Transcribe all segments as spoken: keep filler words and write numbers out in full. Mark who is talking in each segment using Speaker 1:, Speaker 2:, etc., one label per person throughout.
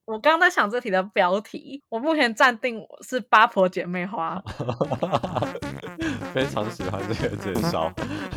Speaker 1: 我刚刚在想这题的标题，我目前暂定我是八婆姐妹花。
Speaker 2: 非常喜欢这个介绍。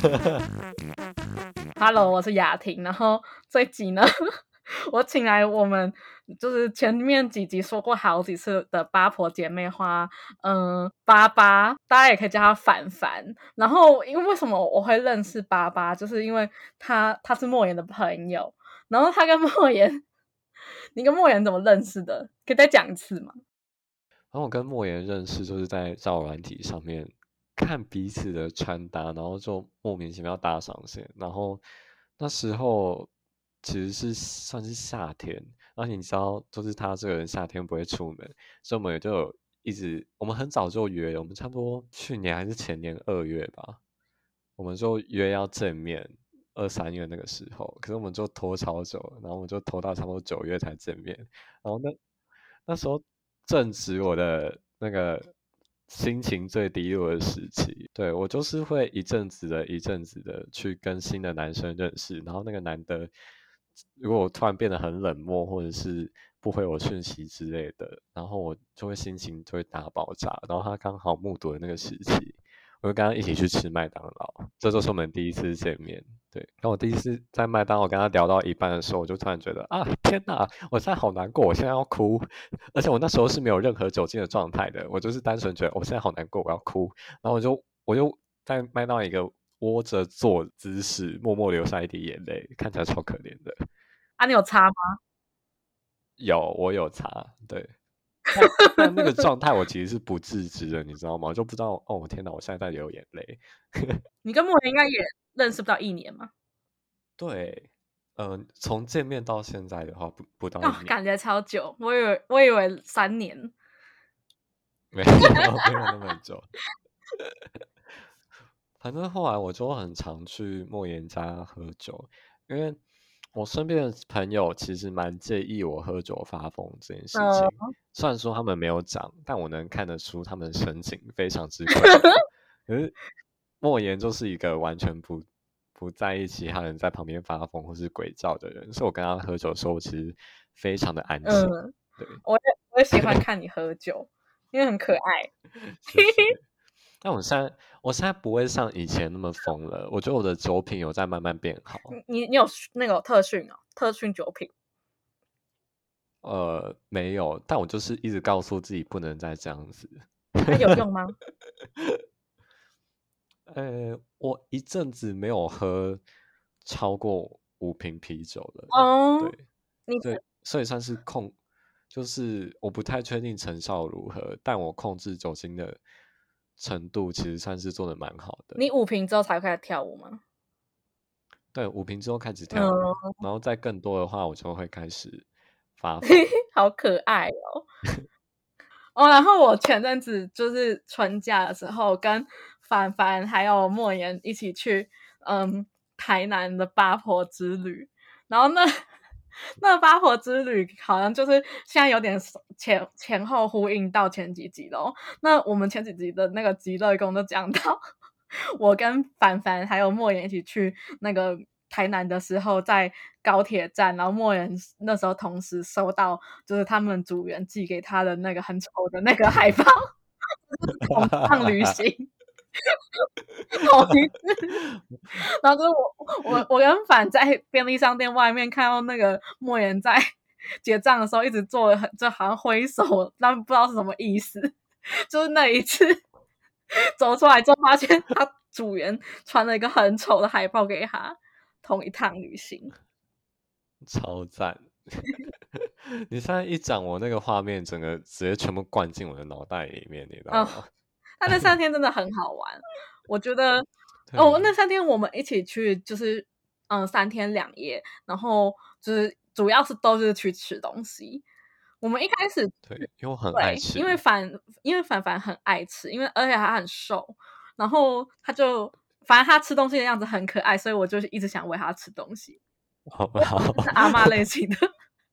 Speaker 1: Hello， 我是雅婷，然后这一集呢，我请来我们就是前面几集说过好几次的八婆姐妹花，嗯，八八，大家也可以叫她凡凡。然后，因为为什么我会认识八八，就是因为他他是莫言的朋友，然后他跟莫言，你跟莫言怎么认识的？可以再讲一次吗？
Speaker 2: 然后我跟莫言认识就是在交友软体上面看彼此的穿搭，然后就莫名其妙搭上线。然后那时候其实是算是夏天，而且你知道，就是他这个人夏天不会出门，所以我们也就有一直，我们很早就约，我们差不多去年还是前年二月吧，我们就约要见面，二三月那个时候，可是我们就拖超久，然后我们就拖到差不多九月才见面，然后那那时候正值我的那个心情最低落的时期，对，我就是会一阵子的一阵子的去跟新的男生认识，然后那个男的如果我突然变得很冷漠，或者是不回我讯息之类的，然后我就会心情就会大爆炸，然后他刚好目睹了那个时期，我就跟他一起去吃麦当劳，这就是我们第一次见面。对，然后我第一次在麦当劳跟他聊到一半的时候，我就突然觉得啊，天哪，我现在好难过，我现在要哭，而且我那时候是没有任何酒精的状态的，我就是单纯觉得我现在好难过，我要哭，然后我就我就在麦当劳一个窝着坐姿势，默默流下一滴眼泪，看起来超可怜的。
Speaker 1: 啊，你有擦吗？
Speaker 2: 有，我有擦，对。但但那个状态我其实是不自知的，你知道吗？我就不知道哦，天哪，我现在在流眼泪。
Speaker 1: 你跟莫言应该也认识不到一年嘛？
Speaker 2: 对，嗯、呃，从见面到现在的话，不不到一
Speaker 1: 哦，
Speaker 2: 年，
Speaker 1: 感觉超久，我以为我以为三年。
Speaker 2: 没有没有那么久。反正后来我就很常去莫言家喝酒，因为我身边的朋友其实蛮介意我喝酒发疯这件事情。
Speaker 1: 嗯，
Speaker 2: 虽然说他们没有讲，但我能看得出他们的神情非常之困扰。可是莫言就是一个完全不不在意其他人在旁边发疯或是鬼叫的人，所以我跟他喝酒的时候，其实非常的安静。
Speaker 1: 嗯，
Speaker 2: 对，
Speaker 1: 我也我也喜欢看你喝酒，因为很可爱。
Speaker 2: 谢谢。但我现在我现在不会像以前那么疯了，我觉得我的酒品有在慢慢变好。
Speaker 1: 你你你有那个特训哦，特训酒品。
Speaker 2: 呃，没有，但我就是一直告诉自己不能再这样子。
Speaker 1: 那有用吗？
Speaker 2: 呃，我一阵子没有喝超过五瓶啤酒了，
Speaker 1: 哦，
Speaker 2: 对，
Speaker 1: 你
Speaker 2: 所以所以算是控，就是我不太确定成效如何，但我控制酒精的程度其实算是做的蛮好的。
Speaker 1: 你五瓶之后才开始跳舞吗？
Speaker 2: 对，五瓶之后开始跳舞，
Speaker 1: 嗯，
Speaker 2: 然后再更多的话，我就会开始发疯。
Speaker 1: 好可爱哦。哦，然后我前阵子就是春假的时候，跟凡凡还有莫言一起去嗯台南的八婆之旅，然后那那八婆之旅好像就是现在有点前前后呼应到前几集咯。那我们前几集的那个极乐宫就讲到，我跟凡凡还有莫言一起去那个台南的时候，在高铁站，然后莫言那时候同时收到就是他们组员寄给他的那个很丑的那个海报，同趟旅行同一次，然后就是我我我跟凡在便利商店外面看到那个莫言在结账的时候一直做很就好像挥手，但不知道是什么意思，就是那一次走出来之后发现他组员传了一个很丑的海报给他，同一趟旅行。
Speaker 2: 超赞！你现在一讲，我那个画面整个直接全部灌进我的脑袋里面，你知道
Speaker 1: 啊、
Speaker 2: 吗？
Speaker 1: 他那三天真的很好玩，我觉得哦，
Speaker 2: 对，
Speaker 1: 那三天我们一起去，就是嗯三天两夜，然后就是主要是都是去吃东西。我们一开始
Speaker 2: 对，因为我很爱
Speaker 1: 对，因为
Speaker 2: 吃。
Speaker 1: 凡因为凡凡很爱吃，因为而且他很瘦，然后他就反正他吃东西的样子很可爱，所以我就是一直想喂他吃东西，
Speaker 2: 好好，
Speaker 1: 是阿嬷类型的。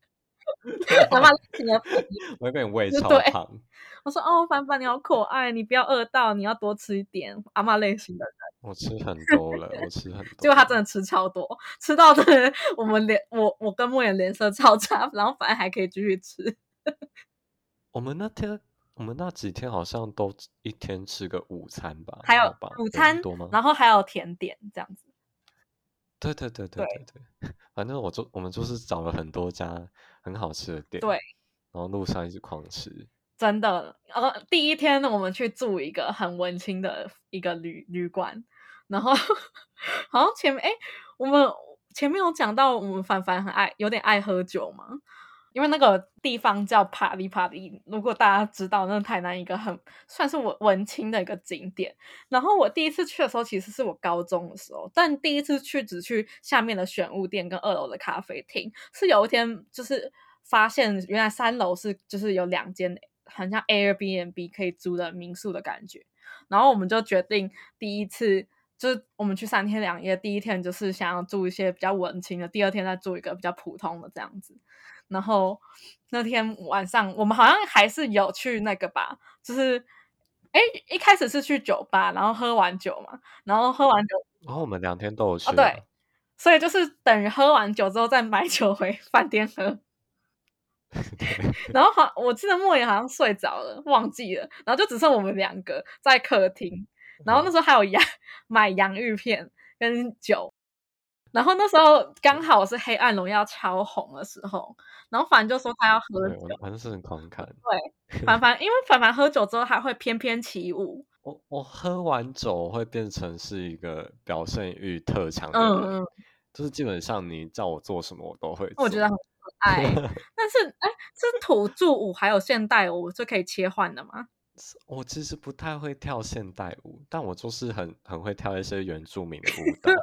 Speaker 1: 阿嬷类型的朋友，
Speaker 2: 我会被你喂超
Speaker 1: 对，
Speaker 2: 胖。
Speaker 1: 我说哦，凡凡你好可爱，你不要饿到，你要多吃一点。阿嬷类型的人，
Speaker 2: 我吃很多了，我吃很多了。
Speaker 1: 结果他真的吃超多，吃到真的我们脸我我跟莫言脸色超差，然后反正还可以继续吃。
Speaker 2: 我们那天我们那几天好像都一天吃个午餐吧？
Speaker 1: 还有
Speaker 2: 有吧？有那么
Speaker 1: 午餐，
Speaker 2: 多吗？
Speaker 1: 然后还有甜点这样子。
Speaker 2: 对对对对对对，反正我就我们就是找了很多家很好吃的店，
Speaker 1: 对，
Speaker 2: 然后路上一直狂吃。
Speaker 1: 真的，呃，第一天我们去住一个很文青的一个旅旅馆，然后好像前面哎，我们前面有讲到我们凡凡很爱有点爱喝酒嘛，因为那个地方叫帕里帕里，如果大家知道，那台南一个很算是文文青的一个景点。然后我第一次去的时候，其实是我高中的时候，但第一次去只去下面的选物店跟二楼的咖啡厅。是有一天就是发现，原来三楼是就是有两间很像 Airbnb 可以租的民宿的感觉。然后我们就决定第一次就是我们去三天两夜，第一天就是想要住一些比较文青的，第二天再住一个比较普通的这样子。然后那天晚上我们好像还是有去那个吧，就是哎一开始是去酒吧，然后喝完酒嘛，然后喝完酒，
Speaker 2: 然后我们两天都有去
Speaker 1: 哦对，
Speaker 2: 啊。
Speaker 1: 所以就是等于喝完酒之后再买酒回饭店喝。
Speaker 2: 对，
Speaker 1: 然后好，我记得莫言好像睡着了，忘记了，然后就只剩我们两个在客厅。然后那时候还有洋买洋芋片跟酒，然后那时候刚好是《黑暗荣耀》超红的时候，然后凡就说他要喝
Speaker 2: 对，
Speaker 1: 酒，
Speaker 2: 我我那是很狂看。
Speaker 1: 对，凡凡因为凡凡喝酒之后还会翩翩起舞，
Speaker 2: 我我喝完酒会变成是一个表现欲特强的人，
Speaker 1: 嗯嗯，
Speaker 2: 就是基本上你叫我做什么我都会做。
Speaker 1: 我觉得很可爱。但是哎，是土著舞还有现代舞是可以切换的吗？
Speaker 2: 我其实不太会跳现代舞，但我就是很很会跳一些原住民的舞蹈。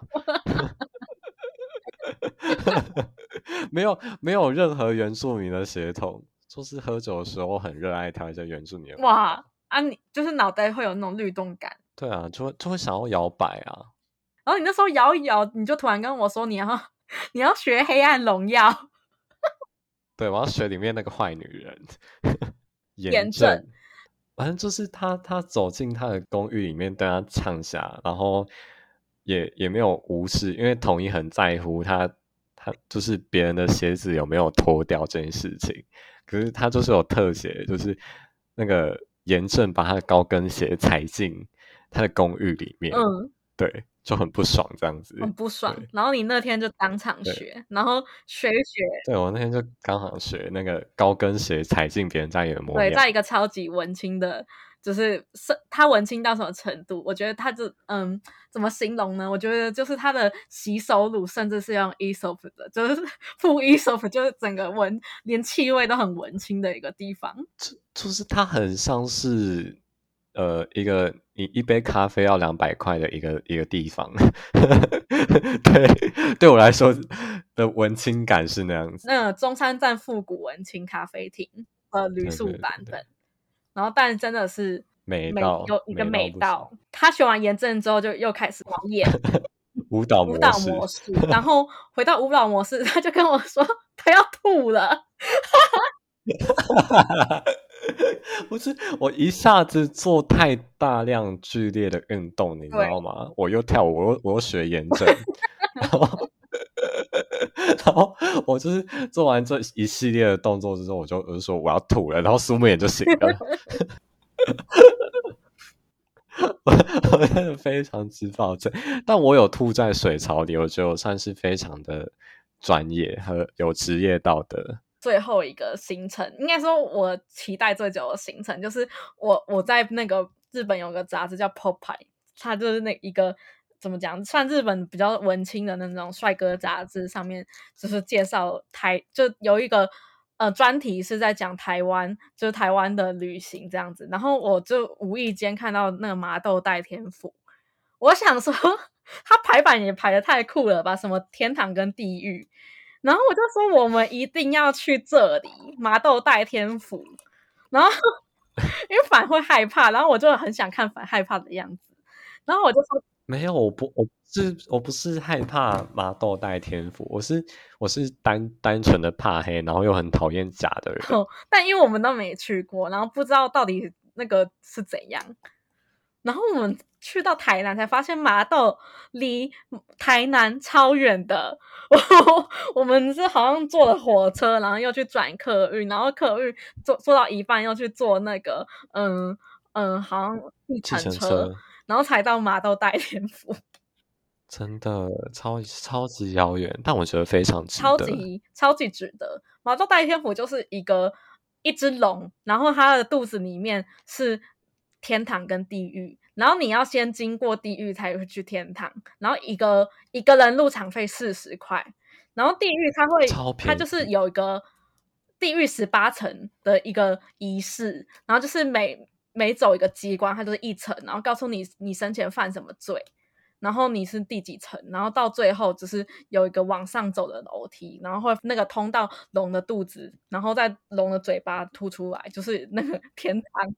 Speaker 2: 没有没有任何原住民的血统，就是喝酒的时候很热爱跳一些原住民的舞蹈。
Speaker 1: 哇啊，你就是脑袋会有那种律动感。
Speaker 2: 对啊，就会就会想要摇摆啊。
Speaker 1: 然后你那时候摇一摇，你就突然跟我说你要你要学《黑暗荣耀》
Speaker 2: 对，我要学里面那个坏女人严
Speaker 1: 严正，
Speaker 2: 正。反正就是他他走进他的公寓里面对他呛下，然后也也没有无视，因为统一很在乎他他就是别人的鞋子有没有脱掉这件事情。可是他就是有特写，就是那个严正把他的高跟鞋踩进他的公寓里面，
Speaker 1: 嗯，
Speaker 2: 对，就很不爽这样子。
Speaker 1: 很不爽。
Speaker 2: 对
Speaker 1: 然后你那天就当场学，然后学一学，
Speaker 2: 对，我那天就刚好学那个高跟鞋踩进别人家里的模
Speaker 1: 对，
Speaker 2: 样。
Speaker 1: 在一个超级文青的，就是是他文青到什么程度？我觉得他就嗯，怎么形容呢？我觉得就是他的洗手乳甚至是用 Aesop 的，就是附 Aesop，就是整个文连气味都很文青的一个地方。
Speaker 2: 就就是它很像是呃一个你一杯咖啡要两百块的一个一个地方。对，对我来说的文青感是那样子。
Speaker 1: 那中山站复古文青咖啡厅的旅
Speaker 2: 对
Speaker 1: 宿
Speaker 2: 对对对，
Speaker 1: 版本，然后但真的是美
Speaker 2: 美到
Speaker 1: 有一个
Speaker 2: 美到不行。
Speaker 1: 美到，他学完严正之后就又开始玩演
Speaker 2: 舞蹈
Speaker 1: 舞蹈
Speaker 2: 模式。
Speaker 1: 模式，然后回到舞蹈模式，他就跟我说他要吐了。
Speaker 2: 不是我一下子做太大量剧烈的运动，你知道吗？我又跳舞，我又我又学严正，然后然后我就是做完这一系列的动作之后，我就我就说我要吐了，然后苏木眼就醒了。我我真的非常之抱歉，但我有吐在水槽里，我觉得我算是非常的专业和有职业道德。
Speaker 1: 最后一个行程，应该说我期待最久的行程，就是我我在那个日本有个杂志叫 Popeye， 它就是那一个怎么讲，算日本比较文青的那种帅哥杂志，上面就是介绍台，就有一个呃专题是在讲台湾，就是台湾的旅行这样子。然后我就无意间看到那个麻豆代天府，我想说他排版也排的太酷了吧，什么天堂跟地狱。然后我就说我们一定要去这里麻豆代天府，然后因为凡会害怕，然后我就很想看凡害怕的样子，然后我就说
Speaker 2: 没有，我不，我不是，我不是害怕麻豆带天府，我是我是单单纯的怕黑，然后又很讨厌假的人。
Speaker 1: 哦，但因为我们都没去过，然后不知道到底那个是怎样。然后我们去到台南才发现麻豆离台南超远的，我们是好像坐了火车，然后又去转客运，然后客运坐坐到一半又去坐那个嗯嗯，好像计程车，车然后才到麻豆代天府。
Speaker 2: 真的超超级遥远，但我觉得非常值得，
Speaker 1: 超级超级值得。麻豆代天府就是一个一只龙，然后它的肚子里面是天堂跟地狱，然后你要先经过地狱才会去天堂，然后一个一个人入场费四十块，然后地狱它会它就是有一个地狱十八层的一个仪式，然后就是每每走一个机关它就是一层，然后告诉你你生前犯什么罪，然后你是第几层，然后到最后只是有一个往上走的楼梯，然后会那个通到龙的肚子，然后在龙的嘴巴凸出来，就是那个天堂。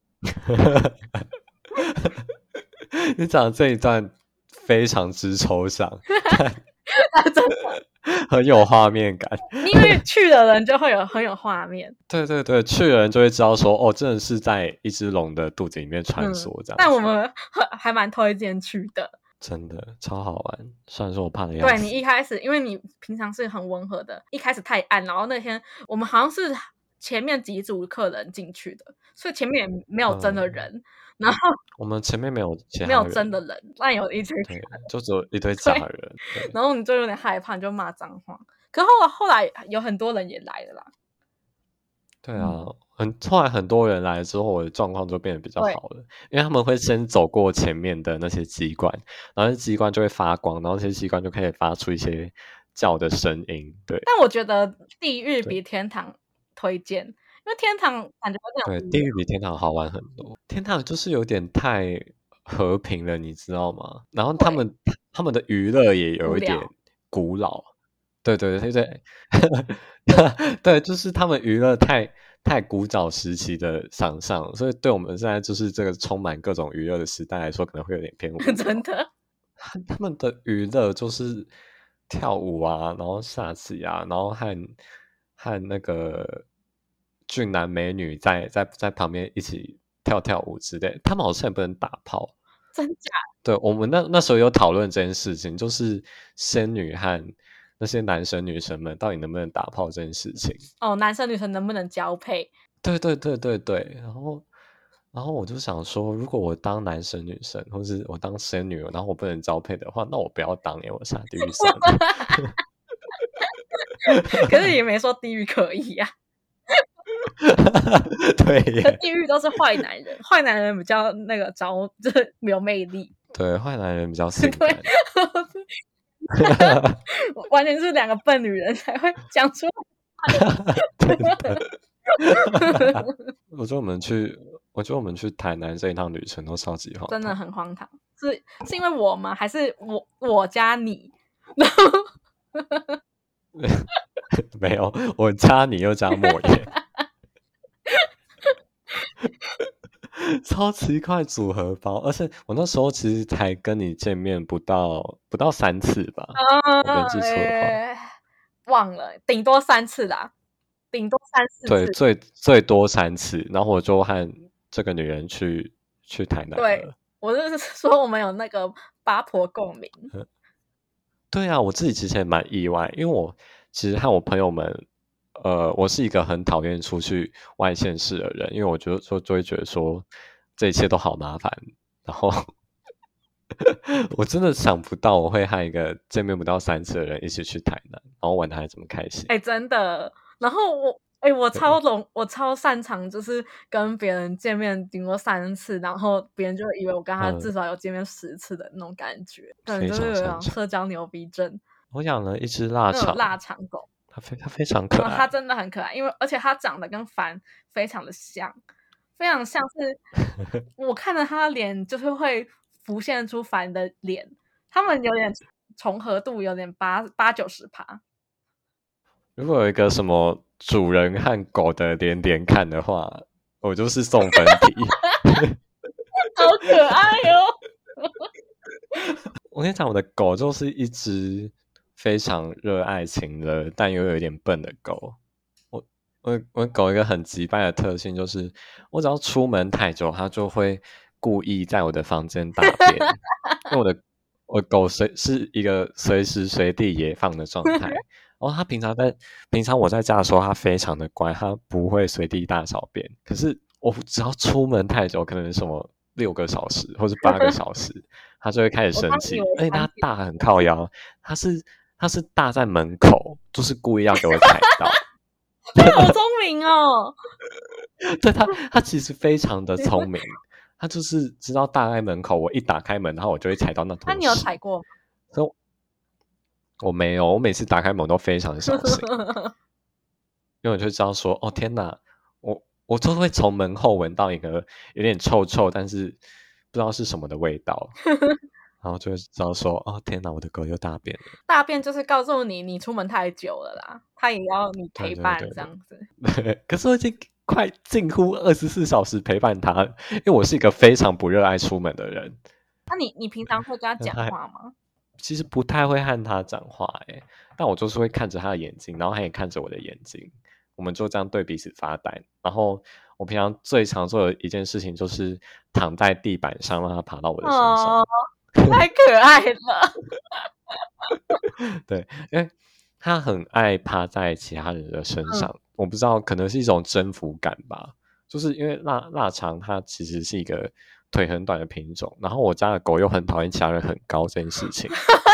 Speaker 2: 你讲这一段非常之抽象，
Speaker 1: 真的
Speaker 2: 很有画面感。
Speaker 1: 因为去的人就会有很有画面。
Speaker 2: 对对对，去的人就会知道说，哦，真的是在一只龙的肚子里面穿梭这样、嗯。
Speaker 1: 但我们还蛮推荐去的。
Speaker 2: 真的超好玩，虽然说我怕的要死。
Speaker 1: 对，你一开始，因为你平常是很温和的，一开始太暗，然后那天我们好像是前面几组客人进去的，所以前面也没有真的人。嗯、然后
Speaker 2: 我们前面没有其他人，
Speaker 1: 没有真的人，但有一堆
Speaker 2: 对，就只有一堆假人。
Speaker 1: 然后你就有点害怕，你就骂脏话。可后来后来有很多人也来了啦。
Speaker 2: 对啊，很后来很多人来之后，我的状况就变得比较好了，因为他们会先走过前面的那些机关，然后机关就会发光，然后那些机关就可以发出一些叫的声音。对，
Speaker 1: 但我觉得地狱比天堂推荐，因为天堂感觉
Speaker 2: 对地狱比天堂好玩很多。天堂就是有点太和平了，你知道吗？然后他们他们的娱乐也有一点古老。对对对对对，对，就是他们娱乐太太古早时期的想象，所以对我们现在就是这个充满各种娱乐的时代来说，可能会有点偏无聊。
Speaker 1: 真的，
Speaker 2: 他们的娱乐就是跳舞啊，然后下棋啊，然后和和那个俊男美女在在在旁边一起跳跳舞之类，他们好像也不能打炮。
Speaker 1: 真假？
Speaker 2: 对，我们那那时候有讨论这件事情，就是仙女和那些男生女生们到底能不能打炮这件事情。
Speaker 1: 哦，男生女生能不能交配？
Speaker 2: 对对对对对，然后然后我就想说，如果我当男生女生，或是我当仙女，然后我不能交配的话，那我不要当耶，我下地狱算了。
Speaker 1: 可是也没说地狱可以呀、
Speaker 2: 啊。对耶，
Speaker 1: 地狱都是坏男人，坏男人比较那个招，就是没有魅力。
Speaker 2: 对，坏男人比较性感。
Speaker 1: 完全是两个笨女人才会讲出来。
Speaker 2: 我觉得我们去，我觉得我们去台南这一趟旅程都超级荒唐，
Speaker 1: 真的很荒唐。是是因为我吗？还是我我加你？
Speaker 2: 没有，我加你又加莫言。超奇怪组合包，而且我那时候其实才跟你见面不到不到三次吧，
Speaker 1: 啊、
Speaker 2: 我没记错的话、
Speaker 1: 欸，忘了，顶多三次啦，顶多三四次，
Speaker 2: 对，最最多三次，然后我就和这个女人去去台南了。
Speaker 1: 对，我就是说我们有那个八婆共鸣。
Speaker 2: 嗯、对啊，我自己其实也蛮意外，因为我其实和我朋友们。呃，我是一个很讨厌出去外县市的人，因为我觉得说就会觉得说这一切都好麻烦，然后我真的想不到我会和一个见面不到三次的人一起去台南，然后玩的还这么开心。
Speaker 1: 哎、欸，真的。然后我哎、欸，我超懂，我超擅长，就是跟别人见面顶多三次，然后别人就以为我跟他至少有见面十次的那种感觉，对、嗯，就是有种社交牛逼症。
Speaker 2: 我养了一只腊肠，
Speaker 1: 腊肠狗。
Speaker 2: 它非它非常可爱、
Speaker 1: 哦，它真的很可爱，因为而且它长得跟凡非常的像，非常像是我看着它的脸就是会浮现出凡的脸，他们有点重合度有点八八九十趴。
Speaker 2: 如果有一个什么主人和狗的连连看的话，我就是送分题。
Speaker 1: 好可爱哦。
Speaker 2: 我跟你讲，我的狗就是一只非常热爱情乐但又有一点笨的狗。我我我狗一个很急掰的特性就是，我只要出门太久，它就会故意在我的房间大便，因为我的我的狗随是一个随时随地野放的状态。然后它平常在平常我在家的时候，它非常的乖，它不会随地大小便。可是我只要出门太久，可能什么六个小时或是八个小时，它就会开始生气。而且它大很靠腰，它是它是大在门口，就是故意要给我踩到。
Speaker 1: 他好聪明哦！
Speaker 2: 对，它它其实非常的聪明，它就是知道大在门口，我一打开门，然后我就会踩到那坨屎。
Speaker 1: 那你有踩过吗？
Speaker 2: 所以我没有，我每次打开门都非常小心，因为我就知道说，哦天哪，我我就会从门后闻到一个有点臭臭，但是不知道是什么的味道，然后就会知道说，哦天哪，我的狗又大便了。
Speaker 1: 大便就是告诉你你出门太久了啦，它也要你陪伴这样子。
Speaker 2: 对, 对, 对, 对，可是我已经快近乎二十四小时陪伴它，因为我是一个非常不热爱出门的人。
Speaker 1: 那你你平常会跟它讲话吗？
Speaker 2: 其实不太会和它讲话欸，但我就是会看着它的眼睛，然后它也看着我的眼睛，我们就这样对彼此发呆。然后我平常最常做的一件事情就是躺在地板上让它爬到我的身上。
Speaker 1: 哦，太可爱了。
Speaker 2: 对，因为它很爱趴在其他人的身上，嗯，我不知道，可能是一种征服感吧。就是因为腊腊肠它其实是一个腿很短的品种，然后我家的狗又很讨厌其他人很高这件事情。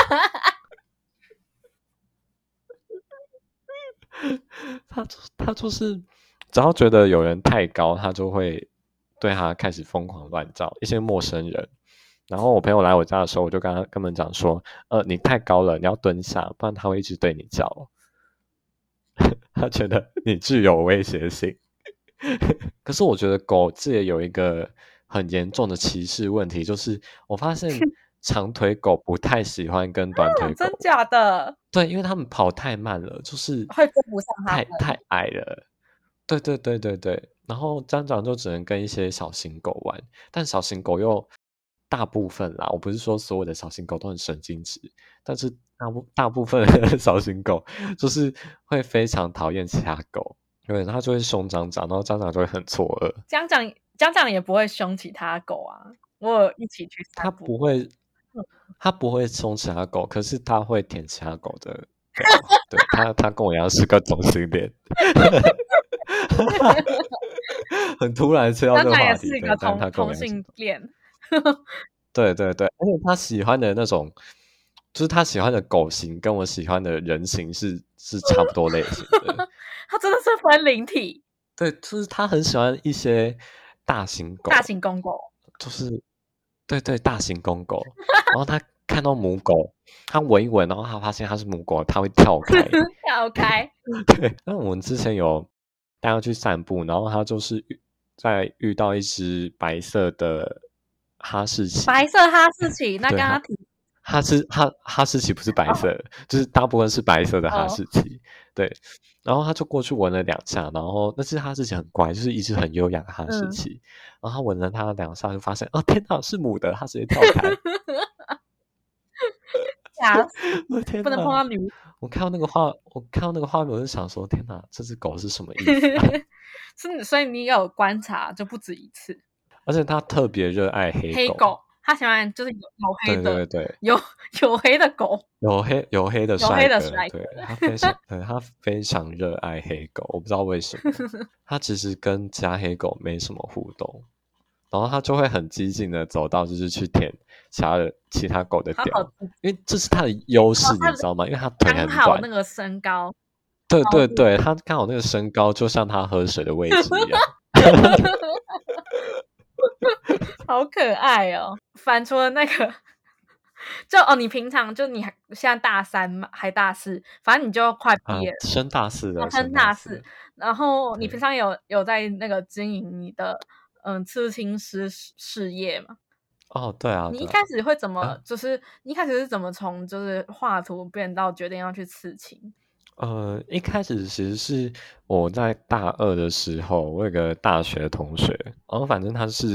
Speaker 2: 他他就是只要觉得有人太高，他就会对他开始疯狂乱叫，一些陌生人。然后我朋友来我家的时候，我就跟他跟他们讲说，呃，你太高了，你要蹲下，不然他会一直对你叫。他觉得你具有威胁性。可是我觉得狗这也有一个很严重的歧视问题，就是我发现长腿狗不太喜欢跟短腿狗。
Speaker 1: 真假的？
Speaker 2: 对，因为他们跑太慢了，就是
Speaker 1: 会跟不上他们，
Speaker 2: 太太矮了。对对对对对，然后家长就只能跟一些小型狗玩，但小型狗又大部分啦，我不是说所有的小型狗都很神经质，但是大部大部分的小型狗就是会非常讨厌其他狗，因为它就会凶长长，然后家长就会很错愕。
Speaker 1: 家长家长也不会凶其他狗啊，我有一起去散步。
Speaker 2: 它不会，它不会凶其他狗，可是它会舔其他狗的狗。对，它它跟我一样是个同性恋。很突然切到这个话题，
Speaker 1: 也是一个同同性恋。
Speaker 2: 对对对，而且他喜欢的那种，就是他喜欢的狗型跟我喜欢的人形是是差不多类型的。
Speaker 1: 他真的是分灵体。
Speaker 2: 对，就是他很喜欢一些大型狗，
Speaker 1: 大型公狗，
Speaker 2: 就是对对大型公狗。然后他看到母狗，他闻一闻，然后他发现它是母狗，他会跳开。
Speaker 1: 跳开。
Speaker 2: 对，那我们之前有带他去散步，然后他就是在遇到一只白色的哈士奇。
Speaker 1: 白色哈士奇，那跟他提。
Speaker 2: 哈士哈哈士奇不是白色的， oh. 就是大部分是白色的哈士奇。Oh. 对，然后他就过去闻了两下，然后那只哈士奇很乖，就是一只很优雅的哈士奇。嗯、然后他闻了它两下，就发现哦天哪，是母的，他直接跳开。
Speaker 1: 吓死！天不能碰到女。
Speaker 2: 我看到那个画，我看到那个画面，我就想说，天哪，这只狗是什么意思、啊？
Speaker 1: 是，所以你有观察，就不止一次。
Speaker 2: 而且他特别热爱黑狗。
Speaker 1: 黑狗。他喜欢就是有有黑的，
Speaker 2: 对对对，
Speaker 1: 有有黑的狗，
Speaker 2: 有黑有黑的帅哥，
Speaker 1: 有黑的帅哥，
Speaker 2: 对，他非常对他非常热爱黑狗，我不知道为什么，他其实跟其他黑狗没什么互动，然后他就会很激进的走到就是去舔其他的其他狗的屌，因为这是他的优势、哦，你知道吗？因为他腿很短，
Speaker 1: 刚好那个身高，
Speaker 2: 对对对，他刚好那个身高就像他喝水的位置一样。
Speaker 1: 好可爱哦！反除了那个，就哦，你平常就你还现在大三嘛，还大四，反正你就快毕业了，
Speaker 2: 啊、升大四了，
Speaker 1: 哦、升大四。然后你平常有有在那个经营你的嗯刺青师事业吗？
Speaker 2: 哦，对啊。
Speaker 1: 你一开始会怎么？啊、就是你一开始是怎么从就是画图变到决定要去刺青？
Speaker 2: 呃，一开始其实是我在大二的时候，我有个大学同学，然后反正他是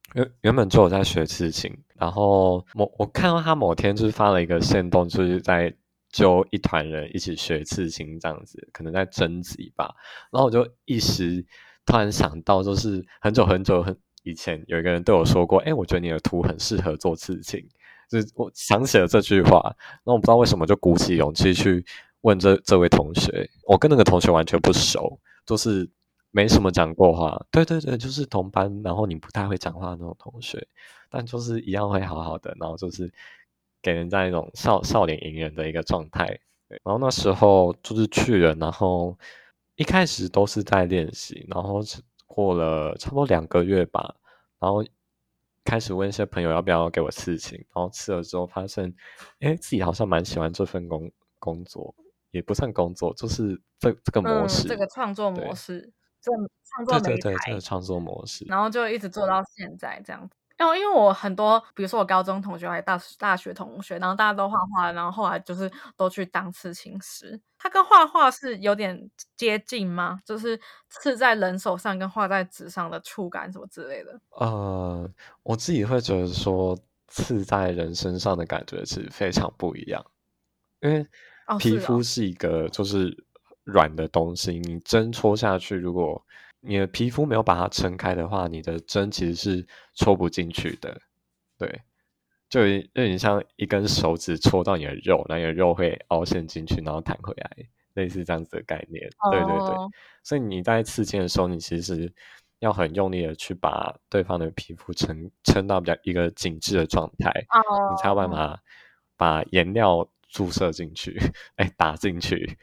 Speaker 2: 原原本就有在学刺青，然后某我看到他某天就是发了一个限动，就是在揪一团人一起学刺青这样子，可能在征集吧。然后我就一时突然想到，就是很久很久很以前有一个人对我说过，哎，我觉得你的图很适合做刺青，就是我想起了这句话，那我不知道为什么就鼓起勇气去问这这位同学，我跟那个同学完全不熟，就是没什么讲过话。对对对，就是同班，然后你不太会讲话的那种同学，但就是一样会好好的，然后就是给人家一种笑笑脸迎人的一个状态。对，然后那时候就是去了，然后一开始都是在练习，然后过了差不多两个月吧，然后开始问一些朋友要不要给我刺青，然后刺了之后发现，哎，自己好像蛮喜欢这份工工作，也不算工作，就是这这个模
Speaker 1: 嗯，这
Speaker 2: 式。
Speaker 1: 个创作模
Speaker 2: 对，
Speaker 1: 式，这创作媒
Speaker 2: 对对对，这个
Speaker 1: 材，
Speaker 2: 创作模式。
Speaker 1: 然后就一直做到现在这样子。因为因为我很多，比如说我高中同学还有大大学同学，然后大家都画画，然后后来就是都去当刺青师。它跟画画是有点接近吗？就是刺在人手上跟画在纸上的触感什么之类的？
Speaker 2: 呃，我自己会觉得说，刺在人身上的感觉是非常不一样。因为
Speaker 1: 哦，
Speaker 2: 皮
Speaker 1: 是哦，
Speaker 2: 肤是一个就是软的东西，你针戳下去，如果你的皮肤没有把它撑开的话，你的针其实是戳不进去的。对，就有有点像一根手指戳到你的肉，然后你的肉会凹陷进去，然后弹回来，类似这样子的概念。对对对，
Speaker 1: 哦，
Speaker 2: 所以你在刺青的时候，你其实要很用力的去把对方的皮肤撑撑到比较一个紧致的状态，你才有办
Speaker 1: 哦，
Speaker 2: 法把颜料注射进去，哎，打进去。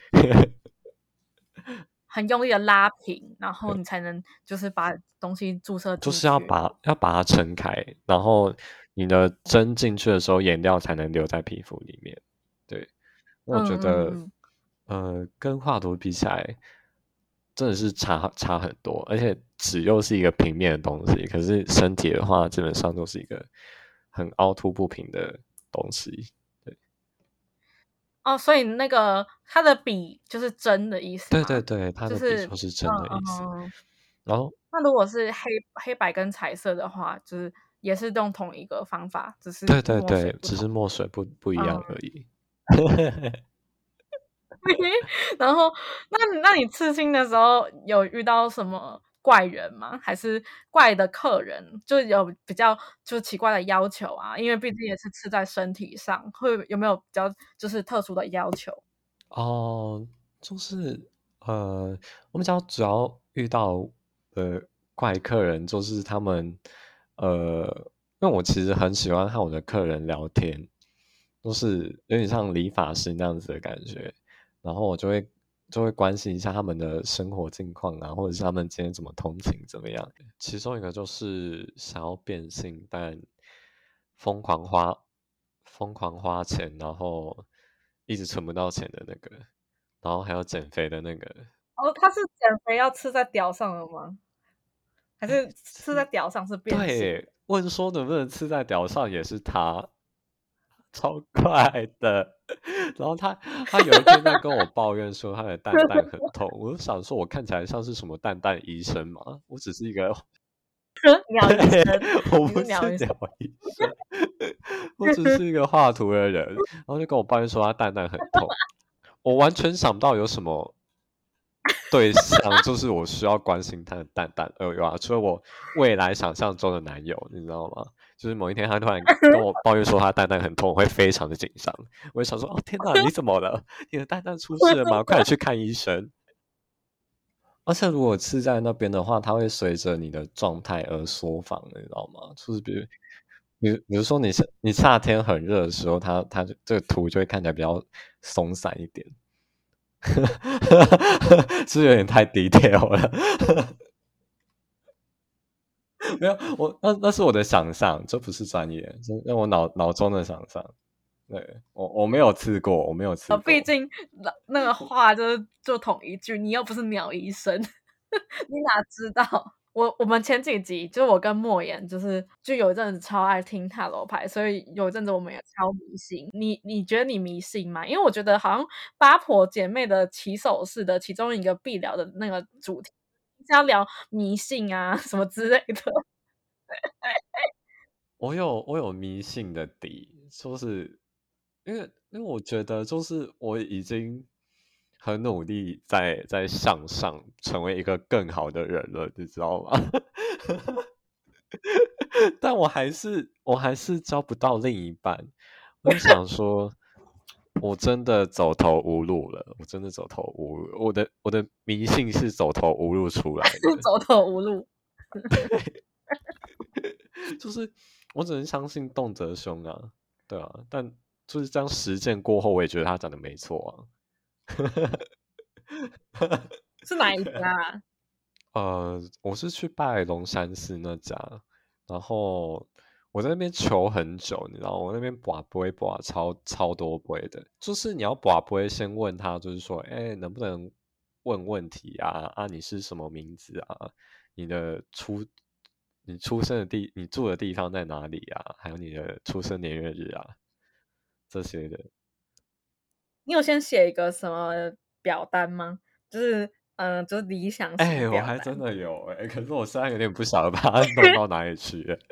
Speaker 1: 很用力的拉平，然后
Speaker 2: 对，
Speaker 1: 你才能就是把东西注射
Speaker 2: 就是要
Speaker 1: 进去。
Speaker 2: 把要把它撑开，然后你的针进去的时候，颜料才能留在皮肤里面。对，那我觉
Speaker 1: 嗯嗯
Speaker 2: 得，
Speaker 1: 嗯。
Speaker 2: 呃，跟画图比起来，真的是差差很多，而且纸又是一个平面的东西，可是身体的话，基本上都是一个很凹凸不平的东西。对，
Speaker 1: 哦，所以那个它的笔就是针的意思吗？
Speaker 2: 对对对，它的笔
Speaker 1: 就是
Speaker 2: 就是
Speaker 1: 嗯
Speaker 2: 针的意思。
Speaker 1: 嗯，
Speaker 2: 然后
Speaker 1: 那如果是黑黑白跟彩色的话，就是也是用同一个方法，只是
Speaker 2: 对对
Speaker 1: 墨水
Speaker 2: 对，
Speaker 1: 不同。
Speaker 2: 只是墨水不不一样而
Speaker 1: 嗯，
Speaker 2: 已。
Speaker 1: 然后那你那你刺青的时候有遇到什么怪人吗？还是怪的客人？就有比较就奇怪的要求啊？因为毕竟也是刺在身体上，会有没有比较就是特殊的要求？
Speaker 2: 哦，就是呃，我们讲主要遇到的怪客人，就是他们呃，因为我其实很喜欢和我的客人聊天，就是有点像理发师那样子的感觉，然后我就会就会关心一下他们的生活近况啊，或者是他们今天怎么通勤怎么样。其中一个就是想要变性，但疯狂花疯狂花钱，然后一直存不到钱的那个，然后还有减肥的那个。
Speaker 1: 哦，他是减肥要吃在屌上了吗？还
Speaker 2: 哎，
Speaker 1: 是吃在屌上是变性
Speaker 2: 对，
Speaker 1: 的？
Speaker 2: 问说能不能刺在屌上也是他，超怪的。然后他他有一天在跟我抱怨说他的蛋蛋很痛，我就想说我看起来像是什么蛋蛋医生吗？我只是一个
Speaker 1: 鸟医
Speaker 2: 对，
Speaker 1: 生，
Speaker 2: 我
Speaker 1: 你是
Speaker 2: 不是鸟
Speaker 1: 鸟医生。
Speaker 2: 医生，我只是一个画图的人，然后就跟我抱怨说他蛋蛋很痛，我完全想不到有什么对象，就是我需要关心他的蛋蛋呃，有啊，除了我未来想象中的男友，你知道吗？就是某一天他突然跟我抱怨说他蛋蛋很痛，我会非常的紧张，我会想说：“哦，天哪，你怎么了？你的蛋蛋出事了吗？快点去看医生。”而且如果是在那边的话，它会随着你的状态而缩放，你知道吗？就是比如比如比如说你夏你夏天很热的时候，它它就这个图就会看起来比较松散一点，是不是有点太 detail 了？没有，我那那是我的想象，这不是专业，是那我脑脑中的想象。对，我我没有刺过，我没有
Speaker 1: 呃，
Speaker 2: 刺过。
Speaker 1: 毕竟那那个话就是就同一句，你又不是鸟医生，你哪知道？我我们前几集就是我跟莫言，就是就有一阵子超爱听塔罗牌，所以有一阵子我们也超迷信。你你觉得你迷信吗？因为我觉得好像八婆姐妹的起手式的其中一个必聊的那个主题是要聊迷信啊什么之类的。
Speaker 2: 我有我有迷信的底，就是因为因为我觉得就是我已经很努力在在向上成为一个更好的人了，你知道吗？但我还是我还是交不到另一半，我就想说，我真的走投无路了，我真的走投无路，我的我的迷信是走投无路出来的，
Speaker 1: 走投无路。
Speaker 2: 就是我只能相信动辄凶啊，对啊，但就是这样实践过后，我也觉得他讲的没错啊。
Speaker 1: 是哪一家啊？
Speaker 2: 呃，我是去拜龙山寺那家，然后我在那边求很久，你知道，我那边拔杯拔超超多杯的，就是你要拔杯先问他，就是说，哎，能不能问问题啊？啊，你是什么名字啊？你的出你出生的地，你住的地方在哪里啊？还有你的出生年月日啊，这些的。
Speaker 1: 你有先写一个什么表单吗？就是嗯、呃就是理想
Speaker 2: 哎、
Speaker 1: 型
Speaker 2: 我还真
Speaker 1: 表单。
Speaker 2: 的有哎、可是我现在有点不晓得把它弄到哪里去了。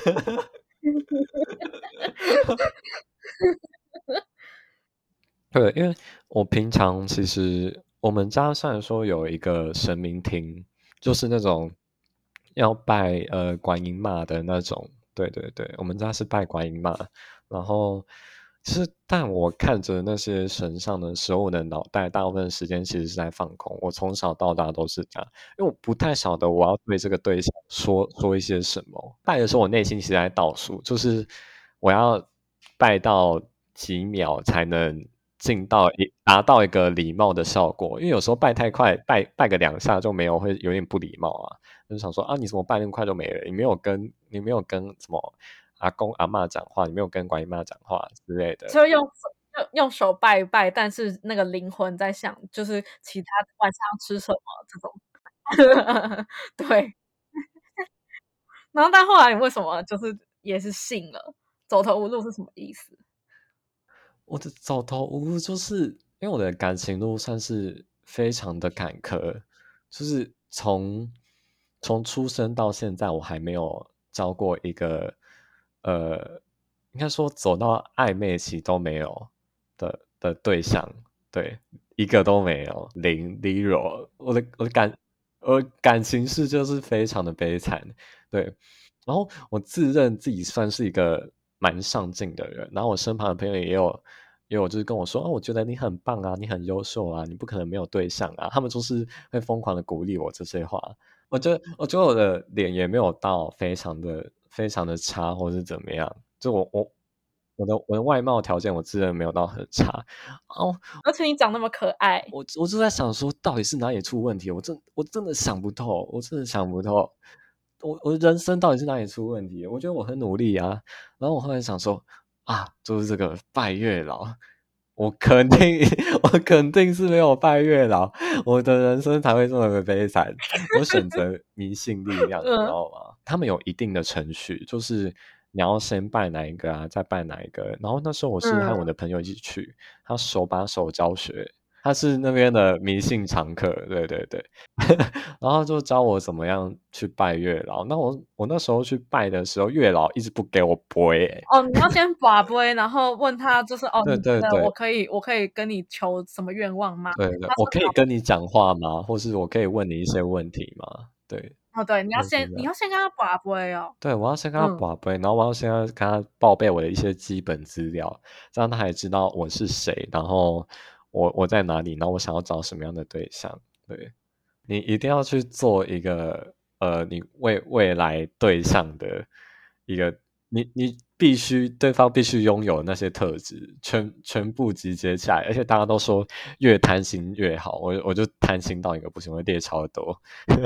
Speaker 2: 对，因为我平常其实我们家虽然说有一个神明厅，就是那种要拜呃观音妈的那种，对对对，我们家是拜观音妈。然后其实但我看着那些神像的时候，我的脑袋大部分时间其实是在放空。我从小到大都是这样，因为我不太晓得我要对这个对象说说一些什么。拜的时候，我内心其实在倒数，就是我要拜到几秒才能进到一达到一个礼貌的效果。因为有时候拜太快，拜拜个两下就没有，会有点不礼貌啊。就想说啊，你怎么拜那么快就没了？你没有跟你没有跟什么阿公阿嬷讲话，你没有跟观音妈讲话之类的。
Speaker 1: 就用用用手拜一拜，但是那个灵魂在想，就是其他晚上要吃什么这种。对，然后但后来你为什么就是也是信了？走投无路是什么意思？
Speaker 2: 我的走投无路，就是因为我的感情路算是非常的坎坷，就是从从出生到现在，我还没有交过一个呃，应该说走到暧昧期都没有的的对象，对，一个都没有，零 zero。我的我的感我的感情事就是非常的悲惨，对。然后我自认自己算是一个蛮上进的人，然后我身旁的朋友也有也有就是跟我说，哦，我觉得你很棒啊，你很优秀啊，你不可能没有对象啊，他们就是会疯狂的鼓励我这些话。我觉得我觉得我的脸也没有到非常的非常的差，或是怎么样，就我我我的我的外貌条件我自认没有到很差。哦，
Speaker 1: 而且你长那么可爱。
Speaker 2: 我我就在想说，到底是哪里出问题？我真我真的想不透，我真的想不透，我我人生到底是哪里出问题？我觉得我很努力啊，然后我后来想说啊，就是这个拜月老，我肯定我肯定是没有拜月老，我的人生才会这么的悲惨。我选择迷信力量，你知
Speaker 1: 嗯
Speaker 2: 道吗？他们有一定的程序，就是你要先拜哪一个啊，再拜哪一个。然后那时候我是和我
Speaker 1: 嗯，
Speaker 2: 的朋友一起去，他手把手教学，他是那边的迷信常客，对对对。然后就教我怎么样去拜月老。那我我那时候去拜的时候，月老一直不给我杯、欸，
Speaker 1: 哦，你要先拔杯，然后问他，就是哦，
Speaker 2: 对
Speaker 1: 你觉
Speaker 2: 对对
Speaker 1: 得我可以，我可以跟你求什么愿望吗？
Speaker 2: 对对，
Speaker 1: 他说
Speaker 2: 我可以跟你讲话吗？或是我可以问你一些问题吗？对，
Speaker 1: 哦，对，你要先，
Speaker 2: 类似这样。
Speaker 1: 你要先跟他拔杯哦。
Speaker 2: 对，我要先跟他
Speaker 1: 嗯，
Speaker 2: 报备，然后我要先跟他报备我的一些基本资料，这样他也知道我是谁，然后我我在哪里，然后我想要找什么样的对象。对，你一定要去做一个呃，你未未来对象的一个，你你必须对方必须拥有那些特质，全全部集结起来，而且大家都说越贪心越好，我我就贪心到一个不行，我列超多。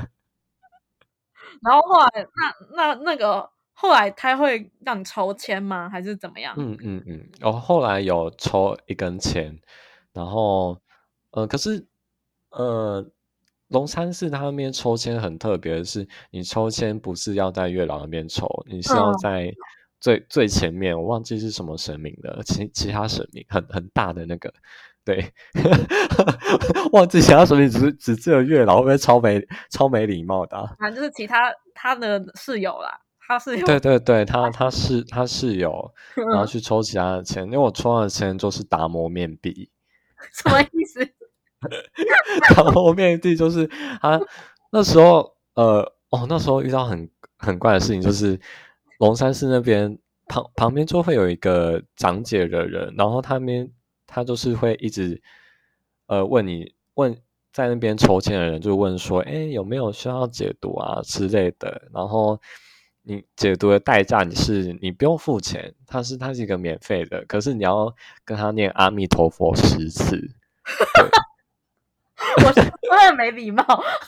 Speaker 1: 然后后来那那那个后来他会让你抽签吗？还是怎么样？
Speaker 2: 嗯嗯嗯，我后来有抽一根签，然后呃，可是呃，龙山寺他那边抽签很特别的是，你抽签不是要在月老那边抽，你是要
Speaker 1: 嗯，
Speaker 2: 在最最前面，我忘记是什么神明了，其其他神明很很大的那个，对，忘记其他神明，只是只只有月老，会不会超没超没礼貌的啊
Speaker 1: 反正就是其他他的室友啦， 他是有
Speaker 2: 对对对，他他是他是有，然后去抽其他的签，因为我抽到的签就是达摩面壁。
Speaker 1: 什么意思？
Speaker 2: 达摩面壁就是他那时候呃哦那时候遇到很很怪的事情，就是龙山寺那边旁旁边就会有一个讲解的人，然后他们他就是会一直呃问你问在那边抽签的人就问说，哎有没有需要解读啊之类的，然后你解读的代价你是你不用付钱，它是它是一个免费的，可是你要跟他念阿弥陀佛十次，对。
Speaker 1: 我是我很没礼貌。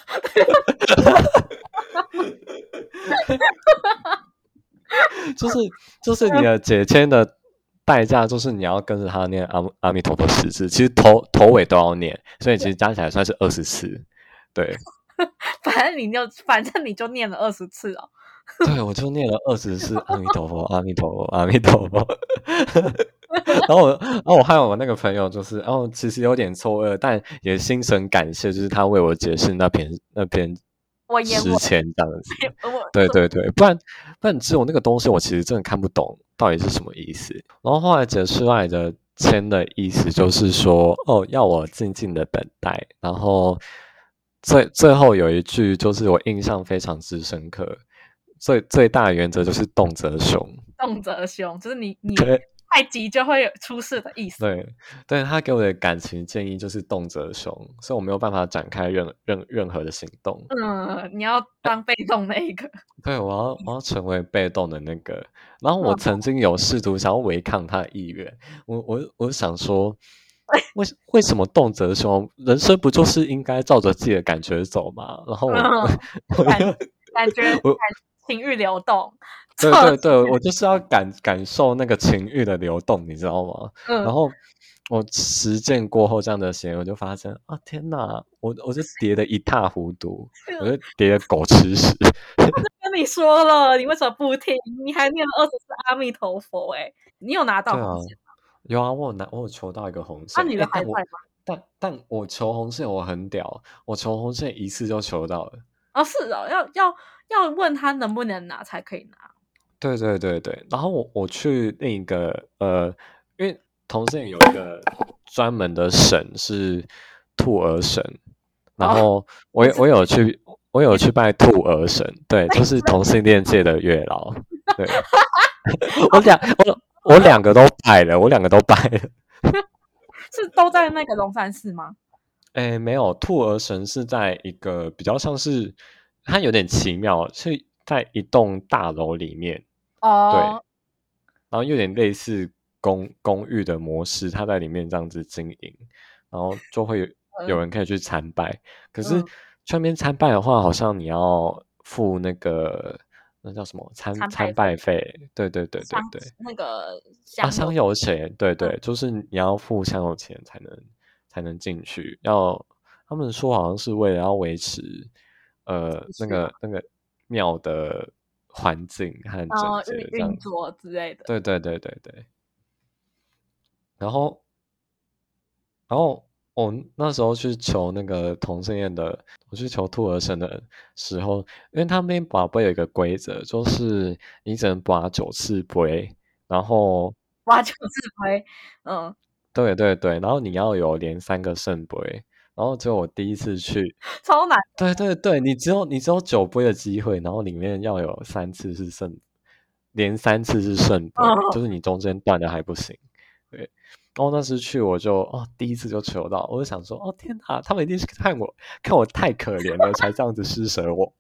Speaker 2: 就是就是你的解签的代价，就是你要跟着他念阿阿弥陀佛十次，其实头头尾都要念，所以其实加起来算是二十次。对，
Speaker 1: 反正你就反正你就念了二十次哦。
Speaker 2: 对，我就念了二十次阿弥陀佛，阿弥陀佛，阿弥陀佛。然后我，然后我还有我那个朋友，就是，然后其实有点错愕，但也心神感谢，就是他为我解释那篇那篇
Speaker 1: 我演我
Speaker 2: 诗签这样子。
Speaker 1: 我
Speaker 2: 对对对，不然不然只有那个东西，我其实真的看不懂到底是什么意思。然后后来解释来的签的意思就是说，哦，要我静静的等待。然后最最后有一句就是我印象非常之深刻，最最大的原则就是动则凶。
Speaker 1: 动则凶，就是你你
Speaker 2: 对
Speaker 1: 太急就会出事的意思。
Speaker 2: 对对，他给我的感情建议就是动则凶，所以我没有办法展开任任任何的行动。
Speaker 1: 嗯，你要当被动那一个。
Speaker 2: 对，我要我要成为被动的那个。然后我曾经有试图想要违抗他的意愿，我我我想说，为为什么动则凶？人生不就是应该照着自己的感觉走吗？然后我、
Speaker 1: 嗯、
Speaker 2: 我
Speaker 1: 感感觉
Speaker 2: 我
Speaker 1: 感情欲流动。
Speaker 2: 对对对，我就是要感感受那个情欲的流动，你知道吗？
Speaker 1: 嗯，
Speaker 2: 然后我实践过后这样的行为，我就发现啊，天哪，我我就跌得一塌糊涂，我就跌得狗吃屎。
Speaker 1: 跟你说了，你为什么不听？你还念了二十次阿弥陀佛、欸，哎，你有拿到
Speaker 2: 对啊，
Speaker 1: 红线吗？
Speaker 2: 有啊，我有拿，我有求到一个红
Speaker 1: 那、
Speaker 2: 线，
Speaker 1: 啊、你的
Speaker 2: 哎，但我
Speaker 1: 还在吗？
Speaker 2: 但但我求红线我很屌，我求红线一次就求到了。
Speaker 1: 哦，是哦，要要要问他能不能拿才可以拿。
Speaker 2: 对对对对，然后我我去另一个呃，因为同性有一个专门的神是兔儿神，然
Speaker 1: 哦，
Speaker 2: 后我我有去我有去拜兔儿神，对，就是同性恋界的月老，对，我两我我两个都拜了，我两个都拜了。
Speaker 1: 是都在那个龙山寺吗？
Speaker 2: 诶，没有，兔儿神是在一个比较像是，它有点奇妙，是在一栋大楼里面，对，
Speaker 1: 哦，
Speaker 2: 然后有点类似公公寓的模式，它在里面这样子经营，然后就会有有
Speaker 1: 嗯
Speaker 2: 人可以去参拜。可是
Speaker 1: 嗯，
Speaker 2: 去那边参拜的话，好像你要付那个那叫什么参参
Speaker 1: 参拜费、
Speaker 2: 拜费？对对对对
Speaker 1: 香
Speaker 2: 对，
Speaker 1: 那个
Speaker 2: 啊，
Speaker 1: 香油。
Speaker 2: 香油钱，对对，
Speaker 1: 嗯，
Speaker 2: 就是你要付香油钱才能才能进去。要他们说好像是为了要维持呃那
Speaker 1: 是吗？
Speaker 2: 个那个庙的环境和整
Speaker 1: 呃，
Speaker 2: 洁
Speaker 1: 运
Speaker 2: 这样子。
Speaker 1: 运作之类的。
Speaker 2: 对对对对对。然后然后我那时候去求那个同性恋的，我去求兔儿神的时候，因为他们那边拔杯有一个规则，就是你只能拔九次杯，然后
Speaker 1: 挖九次灰。嗯，
Speaker 2: 对对对，然后你要有连三个圣杯，然后只有我第一次去，
Speaker 1: 超难。
Speaker 2: 对对对，你只有你只有九杯的机会，然后里面要有三次是圣，连三次是圣杯，就
Speaker 1: 嗯，
Speaker 2: 是你中间断的还不行。对，然后那时去我就哦第一次就求到，我就想说哦天哪，他们一定是看我看我太可怜了，才这样子施舍我。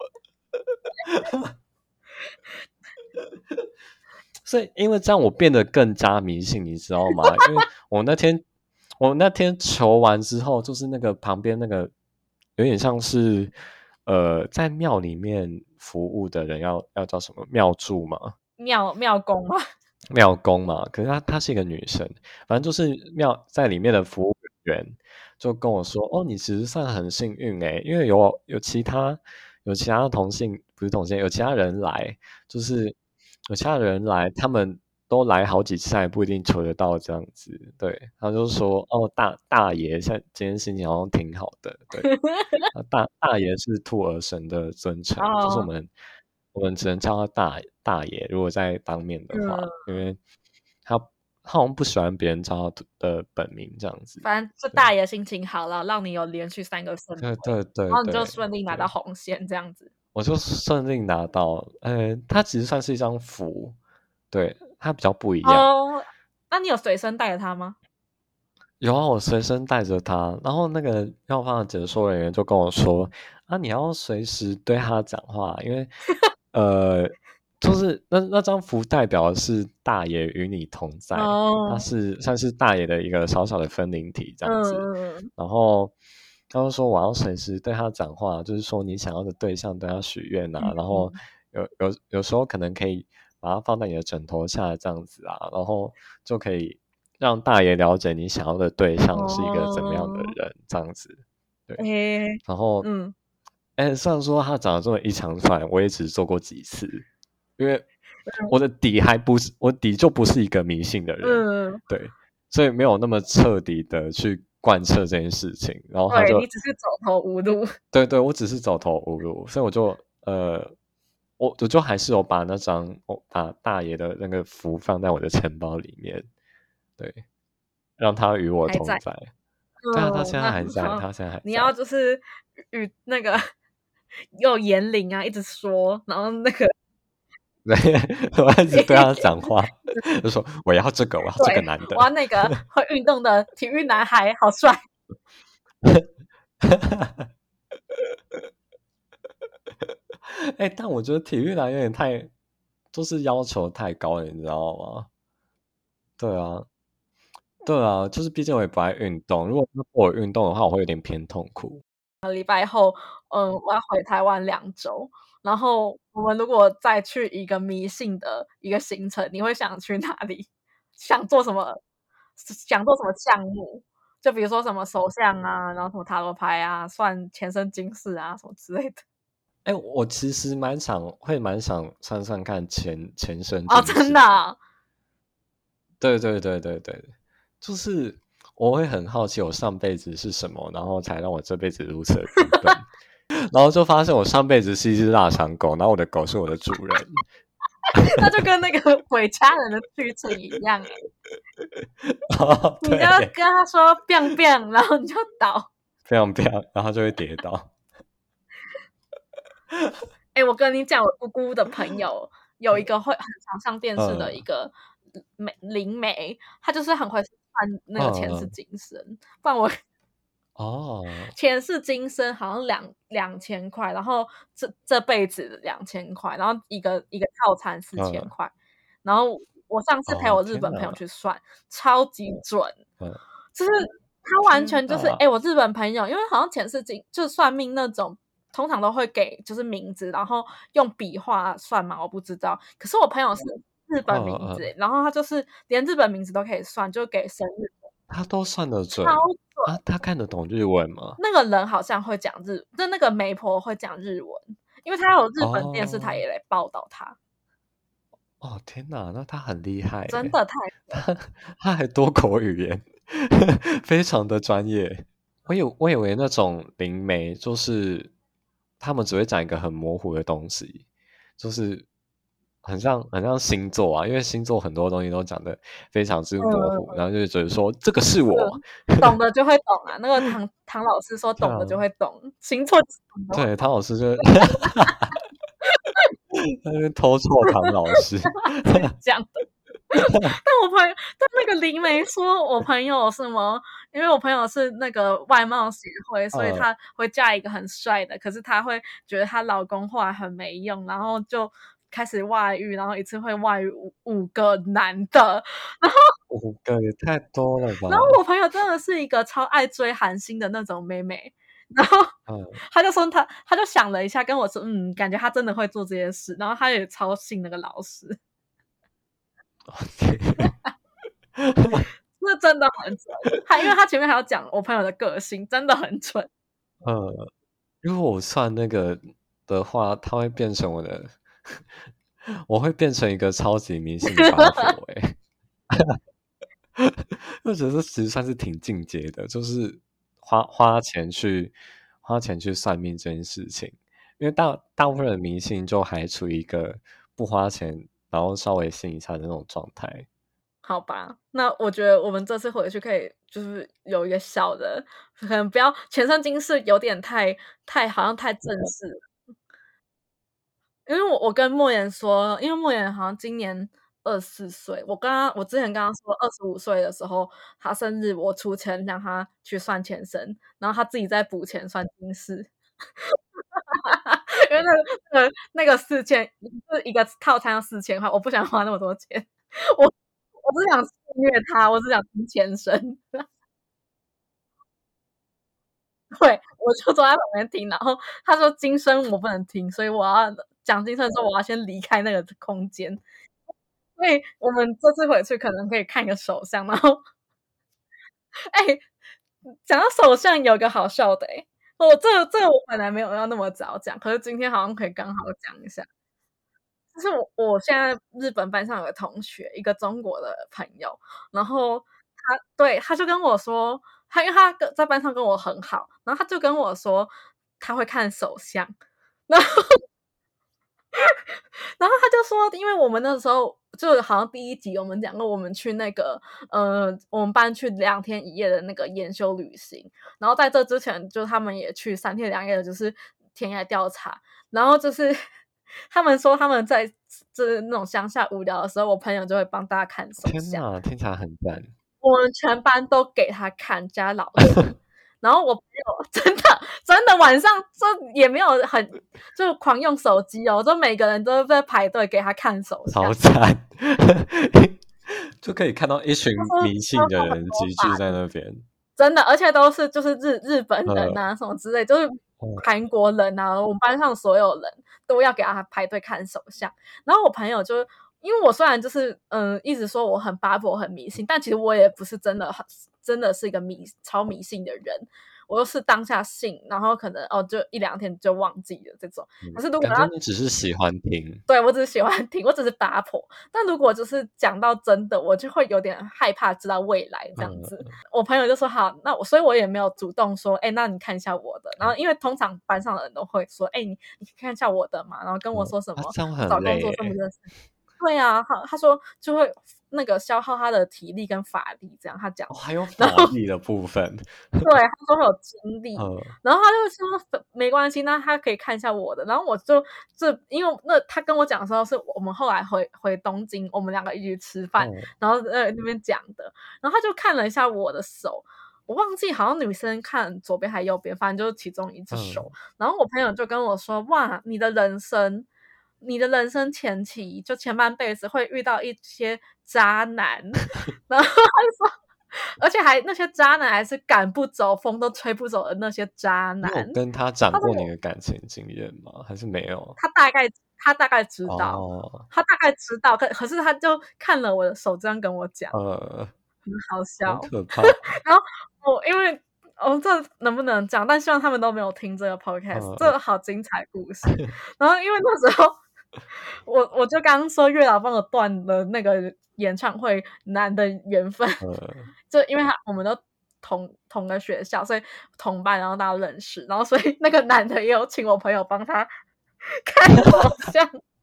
Speaker 2: 所以因为这样我变得更加迷信，你知道吗？因为我那天我那天求完之后，就是那个旁边那个有点像是呃在庙里面服务的人要要叫什么庙祝嘛，
Speaker 1: 庙庙公吗？
Speaker 2: 庙公嘛，可是她她是一个女生，反正就是庙在里面的服务人员就跟我说，哦，你其实算很幸运诶，因为有有其他有其他同性不是同性，有其他人来，就是有其他人来，他们都来好几次，还不一定求得到这样子。对，他就说，哦，大大爷现在今天心情好像挺好的，对，啊大大爷是兔儿神的尊称，就是我
Speaker 1: 哦，
Speaker 2: 们我们只能叫他大大爷，如果在当面的话，
Speaker 1: 嗯，
Speaker 2: 因为他他好像不喜欢别人叫他的本名这样子。
Speaker 1: 反正就
Speaker 2: 对
Speaker 1: 大爷心情好了，让你有连续三个顺位，
Speaker 2: 对对对
Speaker 1: 然后你就
Speaker 2: 对
Speaker 1: 顺利拿到
Speaker 2: 对，
Speaker 1: 红线这样子。
Speaker 2: 我就顺利拿到，呃，它其实算是一张符，对，它比较不一样。
Speaker 1: 哦，那你有随身带着它吗？
Speaker 2: 有啊，我随身带着它，然后那个药房的解说人员就跟我说：“啊，你要随时对他讲话，因为呃，就是那那张符代表的是大爷与你同在，他
Speaker 1: 哦，
Speaker 2: 是算是大爷的一个小小的分灵体这
Speaker 1: 嗯
Speaker 2: 样子。
Speaker 1: 嗯嗯，
Speaker 2: 然后他就说我要随时对他讲话，就是说你想要的对象对他许愿啊，然后
Speaker 1: 嗯
Speaker 2: 有有有时候可能可以把它放在你的枕头下这样子啊，然后就可以让大爷了解你想要的对象是一个怎么样的
Speaker 1: 哦，
Speaker 2: 人这样子。对，
Speaker 1: 诶，
Speaker 2: 然后，
Speaker 1: 嗯
Speaker 2: 哎，虽然说他长得这么一长串，我也只做过几次，因为我的底还不是我底就不是一个迷信的人，
Speaker 1: 嗯，
Speaker 2: 对，所以没有那么彻底的去贯彻这件事情。然后他
Speaker 1: 对，
Speaker 2: 就
Speaker 1: 你只是走投无路。
Speaker 2: 对对，我只是走投无路，所以我就呃，我我就还是有把那张我把大爷的那个符放在我的钱包里面，对，让他与我
Speaker 1: 还在。
Speaker 2: 同在。对啊，他
Speaker 1: 嗯，
Speaker 2: 现在
Speaker 1: 那
Speaker 2: 还在，
Speaker 1: 好，
Speaker 2: 他现在还
Speaker 1: 你要
Speaker 2: 在。
Speaker 1: 就是与那个有言灵啊，一直说，然后那个
Speaker 2: 对，我一直对他讲话，就说我要这个，我要这个
Speaker 1: 对，
Speaker 2: 男的。
Speaker 1: 我要那个会运动的体育男孩，好帅。
Speaker 2: 哎、欸但我觉得体育男有点太，就是要求太高了，你知道吗？对啊，对啊，就是毕竟我也不爱运动，如果是我运动的话，我会有点偏痛苦。
Speaker 1: 礼拜后，嗯，我要回台湾两周，然后我们如果再去一个迷信的一个行程，你会想去哪里？想做什么想做什么项目？就比如说什么手相啊，然后什么塔罗牌啊，算前生今世啊，什么之类的。
Speaker 2: 哎、我其实蛮想，会蛮想算算看前前生
Speaker 1: 哦，
Speaker 2: 今世的。
Speaker 1: 真的啊？
Speaker 2: 对对对对对，就是我会很好奇我上辈子是什么，然后才让我这辈子如此的愚笨。然后就发现我上辈子是一只腊肠狗，然后我的狗是我的主人。
Speaker 1: 那就跟那个鬼家人的剧情一样哎，
Speaker 2: 哦，
Speaker 1: 你就
Speaker 2: 对，
Speaker 1: 跟他说 “biang biang”，然后你就倒。
Speaker 2: 非常非常，然后就会跌倒。
Speaker 1: 哎，我跟你讲，我姑姑的朋友有一个会很常上电视的一
Speaker 2: 嗯
Speaker 1: 个美灵媒，她就是很会算那个前世
Speaker 2: 嗯，
Speaker 1: 今生。不然我
Speaker 2: 哦，
Speaker 1: 前世今生好像两两千块，然后这这辈子两千块，然后一个一个套餐四千
Speaker 2: 嗯，
Speaker 1: 块。然后我上次陪
Speaker 2: 哦，
Speaker 1: 我日本朋友
Speaker 2: 天哪，
Speaker 1: 去算，超级准，
Speaker 2: 嗯，
Speaker 1: 就是他完全就是，
Speaker 2: 天哪，
Speaker 1: 哎、我日本朋友，因为好像前世今就是算命那种，通常都会给就是名字，然后用笔画算嘛，我不知道。可是我朋友是日本
Speaker 2: 嗯
Speaker 1: 名字，
Speaker 2: 嗯，
Speaker 1: 然后他就是连日本名字都可以算，就给生日，
Speaker 2: 他都算得
Speaker 1: 超
Speaker 2: 准啊？
Speaker 1: 准。
Speaker 2: 他看得懂日文吗？
Speaker 1: 那个人好像会讲日，就那个媒婆会讲日文，因为他有日本电视台
Speaker 2: 哦，
Speaker 1: 也来报道他，
Speaker 2: 哦，天哪，那他很厉害诶，
Speaker 1: 真的太
Speaker 2: 他他还多口语言，非常的专业。我以我以为那种灵媒就是他们只会讲一个很模糊的东西，就是很像很像星座啊，因为星座很多东西都讲的非常之模糊，
Speaker 1: 嗯，
Speaker 2: 然后就觉得说这个是我，
Speaker 1: 懂的就会懂啊。那个唐唐老师说懂的就
Speaker 2: 这样
Speaker 1: 会懂，星座懂的会
Speaker 2: 对唐老师就在那边偷臭唐老师，
Speaker 1: 自己讲的。但我朋友，但那个灵媒说，我朋友什么？因为我朋友是那个外貌协会，所以
Speaker 2: 嗯，
Speaker 1: 她会嫁一个很帅的，可是她会觉得她老公后来很没用，然后就开始外遇，然后一次会外遇五五个男的。
Speaker 2: 五个也太多了
Speaker 1: 然后
Speaker 2: 吧？
Speaker 1: 我朋友真的是一个超爱追韩星的那种妹妹，然后
Speaker 2: 嗯，
Speaker 1: 他就说他他就想了一下，跟我说，嗯，感觉他真的会做这些事，然后他也超信那个老师。那真的很准。他因为他前面还要讲我朋友的个性，真的很准。
Speaker 2: 嗯，如果我算那个的话，它会变成我的，我会变成一个超级迷信的八婆哎、我觉得这其实算是挺进阶的，就是花花钱去花钱去算命这件事情， 因为大大部分人迷信就还处于一个不花钱，然后稍微信一下的那种状态。
Speaker 1: 好吧，那我觉得我们这次回去可以就是有一个小的，可能不要全身金饰，有点太太好像太正式了。因为我我跟莫言说，因为莫言好像今年二十四岁，我跟他我之前跟他说二十五岁的时候，他生日我出钱让他去算前身，然后他自己再补钱算金饰。因为那个那个那个四千是一个套餐要四千块，我不想花那么多钱，我我只想虐他，我只想听前身。对，我就坐在旁边听，然后他说今生我不能听，所以我要讲今生的时候，我要先离开那个空间。所以我们这次回去可能可以看一个手相，然后哎，讲到手相有个好笑的哎，我这个这个我本来没有要那么早讲，可是今天好像可以刚好讲一下。就是我我现在日本班上有个同学，一个中国的朋友，然后他对他就跟我说，他因为他跟在班上跟我很好，然后他就跟我说他会看手相，然后然后他就说，因为我们那时候就好像第一集我们讲过，我们去那个呃，我们班去两天一夜的那个研修旅行，然后在这之前，就他们也去三天两夜的，就是田野调查，然后就是他们说他们在就是那种乡下无聊的时候，我朋友就会帮大家看手
Speaker 2: 天
Speaker 1: 相，
Speaker 2: 哪，听起来很赞。
Speaker 1: 我们全班都给他看，加老师。然后我朋友真的真的晚上就也没有很就狂用手机哦，就每个人都在排队给他看手相，
Speaker 2: 好惨。就可以看到一群迷信的人集聚在那边，
Speaker 1: 真的，而且都是就是日日本人啊、
Speaker 2: 呃、
Speaker 1: 什么之类，就是韩国人啊，我们班上所有人都要给他排队看手相。然后我朋友就因为我虽然就是嗯、呃、一直说我很八婆很迷信，但其实我也不是真的很真的是一个迷超迷信的人。我又是当下信，然后可能哦就一两天就忘记了这种。可是如果
Speaker 2: 感觉你只是喜欢听，
Speaker 1: 对我只是喜欢听，我只是八婆。但如果就是讲到真的，我就会有点害怕知道未来这样子。嗯、我朋友就说好，那我所以我也没有主动说，哎，那你看一下我的。然后因为通常班上的人都会说，哎，你你看一下我的嘛，然后跟我说什么、
Speaker 2: 嗯啊、这样很
Speaker 1: 找
Speaker 2: 累
Speaker 1: 工作这么认真。对啊，他他说就会那个消耗他的体力跟法力，这样他讲、
Speaker 2: 哦、还有法力的部分。
Speaker 1: 对，他说会有精力，
Speaker 2: 嗯、
Speaker 1: 然后他就说没关系，那他可以看一下我的。然后我就这因为那他跟我讲的时候，是我们后来回回东京，我们两个一起吃饭，
Speaker 2: 嗯、
Speaker 1: 然后呃那边讲的，然后他就看了一下我的手。我忘记好像女生看左边还右边，反正就是其中一只手。嗯、然后我朋友就跟我说：“哇，你的人生，你的人生前期就前半辈子会遇到一些渣男。”然后他就说。而且还那些渣男还是赶不走，风都吹不走的那些渣男。
Speaker 2: 你有跟他讲过你的感情经验吗？还是没有？
Speaker 1: 他大概他大概知道，
Speaker 2: 哦、
Speaker 1: 他大概知道，可可是他就看了我的手，这样跟我讲，
Speaker 2: 呃，
Speaker 1: 很好笑，
Speaker 2: 很可怕。
Speaker 1: 然后我因为哦，这能不能讲？但希望他们都没有听这个 podcast，、呃、这好精彩故事。然后因为那时候我我就刚刚说月老帮我断了那个演唱会男的缘分。呃就因为他我们都同同个学校，所以同班，然后大家认识，然后所以那个男的也有请我朋友帮他看手相。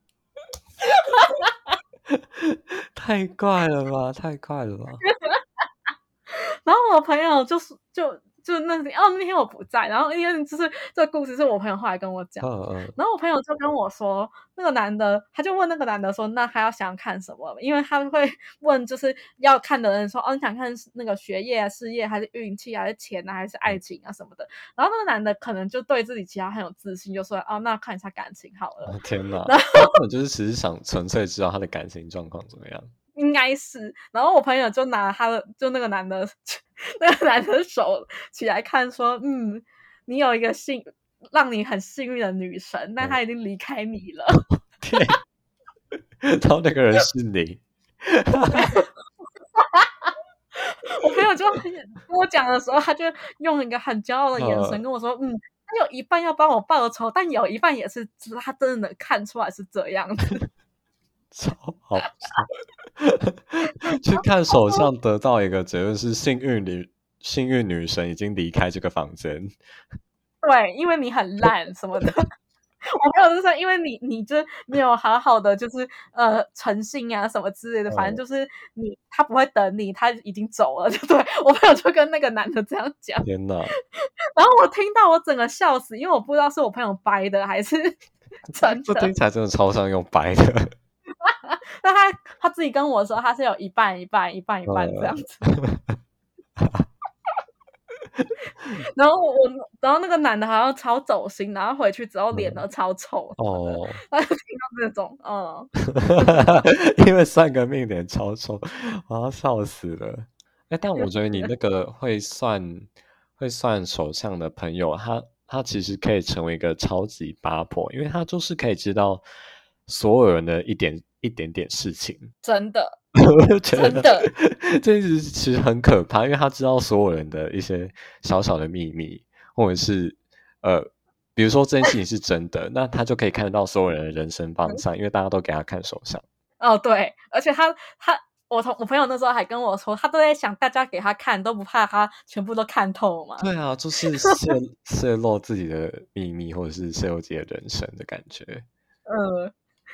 Speaker 2: 太怪了吧，太怪了吧。
Speaker 1: 然后我朋友就是就就那天哦那天我不在，然后因为就是这个故事是我朋友后来跟我讲，嗯嗯然后我朋友就跟我说，那个男的他就问那个男的说，那他要想看什么？因为他会问就是要看的人说，哦你想看那个学业啊、事业还是运气还是钱啊还是爱情啊什么的，然后那个男的可能就对自己其他很有自信，就说哦那看一下感情好了。
Speaker 2: 哦、天哪，然后他根本就是只是想纯粹知道他的感情状况怎么样。
Speaker 1: 应该是，然后我朋友就拿他的，就那个男的，那个男的手起来看，说：“嗯，你有一个幸，让你很幸运的女神，但她已经离开你了。嗯”
Speaker 2: 对，然后那个人是你。
Speaker 1: 我朋友就跟我讲的时候，他就用一个很骄傲的眼神跟我说：“嗯，他有一半要帮我报仇，但有一半也是他真的能看出来是这样子。”
Speaker 2: 超好笑。去看手相得到一个结论是幸运女幸运女神已经离开这个房间。
Speaker 1: 对，因为你很烂什么的。 我朋友就说，因为你你就没有好好的就是呃诚信啊什么之类的，反正就是你他不会等你，他已经走了，就对我朋友就跟那个男的这样讲。
Speaker 2: 天哪！
Speaker 1: 然后我听到我整个笑死，因为我不知道是我朋友掰的还是真
Speaker 2: 这听
Speaker 1: 的。
Speaker 2: 起来真的超像用掰的。
Speaker 1: 那他他自己跟我说，他是有一半一半一半一半这样子。然后我，然后那个男的好像超走心，然后回去之后脸都超臭什么的。
Speaker 2: 哦，
Speaker 1: 他就听到这种，嗯，
Speaker 2: 因为算个命脸超臭，我要笑死了。哎，但我觉得你那个会算会算手相的朋友，他他其实可以成为一个超级八婆，因为他就是可以知道所有人的一点一点点事情。
Speaker 1: 真的，
Speaker 2: 我就觉得
Speaker 1: 真的，
Speaker 2: 这其实其实很可怕，因为他知道所有人的一些小小的秘密，或者是呃，比如说这件事情是真的，那他就可以看得到所有人的人生方向，因为大家都给他看手相。
Speaker 1: 哦，对，而且他他我同我朋友那时候还跟我说，他都在想大家给他看都不怕他全部都看透吗？
Speaker 2: 对啊，就是泄泄露自己的秘密，或者是泄露自己的人生的感觉。
Speaker 1: 嗯。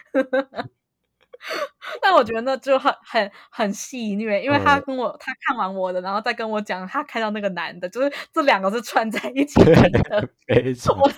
Speaker 1: 但我觉得那就很很很戏谑，因为他
Speaker 2: 嗯，
Speaker 1: 跟我他看完我的，然后再跟我讲他看到那个男的，就是这两个是串在一起
Speaker 2: 对，
Speaker 1: 听的。
Speaker 2: 非常
Speaker 1: 我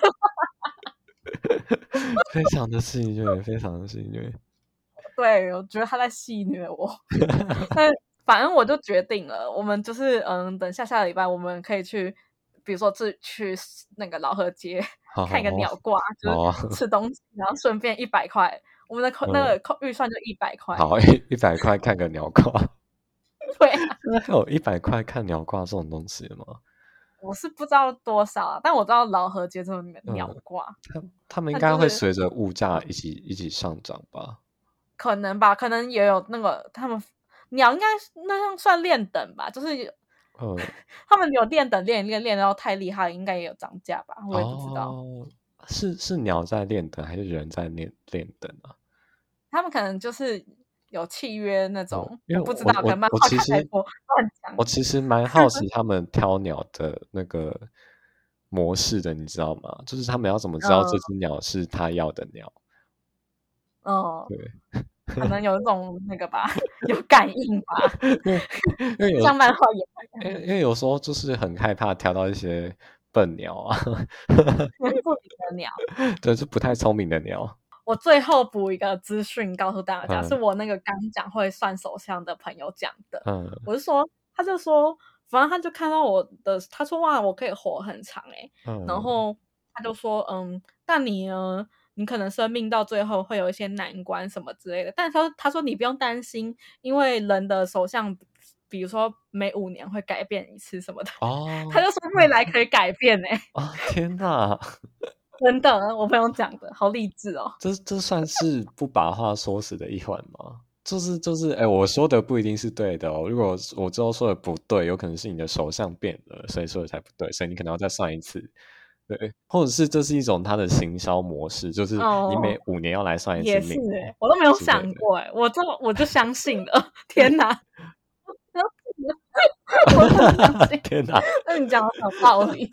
Speaker 2: 非常的戏谑，非常的戏谑。
Speaker 1: 对，我觉得他在戏谑我。但反正我就决定了，我们就是嗯，等下下礼拜我们可以去，比如说去去那个老河街
Speaker 2: 好好
Speaker 1: 看一个鸟挂，就是
Speaker 2: 好啊，
Speaker 1: 吃东西，然后顺便一百块，我们的扣那
Speaker 2: 嗯，
Speaker 1: 个扣预算就一百块。
Speaker 2: 好，一一百块看个鸟挂。
Speaker 1: 对啊，
Speaker 2: 现在还有一百块看鸟挂这种东西吗？
Speaker 1: 我是不知道多少啊，但我知道老河街这种鸟
Speaker 2: 嗯，
Speaker 1: 挂。
Speaker 2: 他他们应该会
Speaker 1: 那就是
Speaker 2: 随着物价一起一起上涨吧？
Speaker 1: 可能吧，可能也有那个他们鸟应该那样算练等吧，就是
Speaker 2: 嗯，
Speaker 1: 他们有练等练一练练到太厉害，应该也有涨价吧，我也不知道。
Speaker 2: 哦，是是鸟在练等还是人在练练等啊？
Speaker 1: 他们可能就是有契约那
Speaker 2: 嗯，
Speaker 1: 种，
Speaker 2: 因为
Speaker 1: 我不知道，可
Speaker 2: 我我
Speaker 1: 能漫画
Speaker 2: 我其实
Speaker 1: 看太多乱讲。
Speaker 2: 我其实蛮好奇他们挑鸟的那个模式的，你知道吗？就是他们要怎么知道这
Speaker 1: 嗯
Speaker 2: 只鸟是他要的鸟？
Speaker 1: 嗯，
Speaker 2: 对，
Speaker 1: 可能有一种那个吧，有感应吧，
Speaker 2: 因为因为有
Speaker 1: 像漫画演
Speaker 2: 因为因为有时候就是很害怕挑到一些笨鸟啊，
Speaker 1: 原住民的鸟。
Speaker 2: 对，是不太聪明的鸟。
Speaker 1: 我最后补一个资讯告诉大家，是
Speaker 2: 嗯
Speaker 1: 我那个刚讲会算手相的朋友讲的。
Speaker 2: 嗯
Speaker 1: 我是说，他就说，反正他就看到我的，他说哇，我可以活很长诶、然
Speaker 2: 嗯，
Speaker 1: 后他就说，嗯，但你呢，你可能生命到最后会有一些难关什么之类的。但是他说他说你不用担心，因为人的手相，比如说每五年会改变一次什么的。他
Speaker 2: 哦
Speaker 1: 就说未来可以改变诶、
Speaker 2: 啊，天哪！
Speaker 1: 真的，我朋友讲的好励志哦。
Speaker 2: 这这算是不把话说死的一环吗？就是就是，哎，我说的不一定是对的哦。如果我之后说的不对，有可能是你的手相变了，所以说的才不对，所以你可能要再算一次。对，或者是这是一种它的行销模式，就是你
Speaker 1: 哦，
Speaker 2: 每五年要来算一次
Speaker 1: 也是
Speaker 2: 命
Speaker 1: 诶，我都没有
Speaker 2: 之类的。
Speaker 1: 想过诶，我这我就相信了，天哪，我真的相信，
Speaker 2: 天哪！
Speaker 1: 那你讲的很有道理。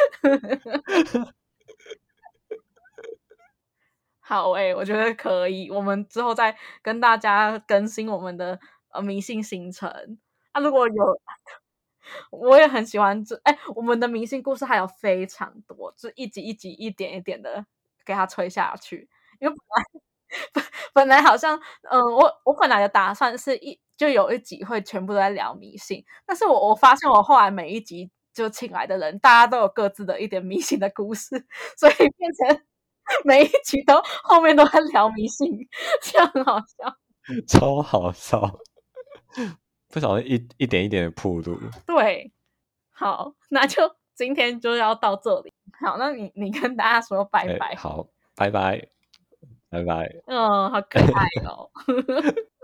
Speaker 1: 好诶，我觉得可以，我们之后再跟大家更新我们的呃迷信行程。啊，如果有，我也很喜欢这，哎，我们的迷信故事还有非常多，就一集一集一点一点的给它吹下去。因为本来本来好像，嗯，我我本来的打算是一就有一集会全部都在聊迷信，但是我我发现我后来每一集就请来的人，大家都有各自的一点迷信的故事，所以变成每一集都后面都在聊迷信，这样很好笑。
Speaker 2: 超好笑，不小心一一点一点的铺路。
Speaker 1: 对，好，那就今天就要到这里。好，那你你跟大家说拜
Speaker 2: 哎，
Speaker 1: 拜。
Speaker 2: 好，拜拜，拜拜。
Speaker 1: 嗯，好可爱哦。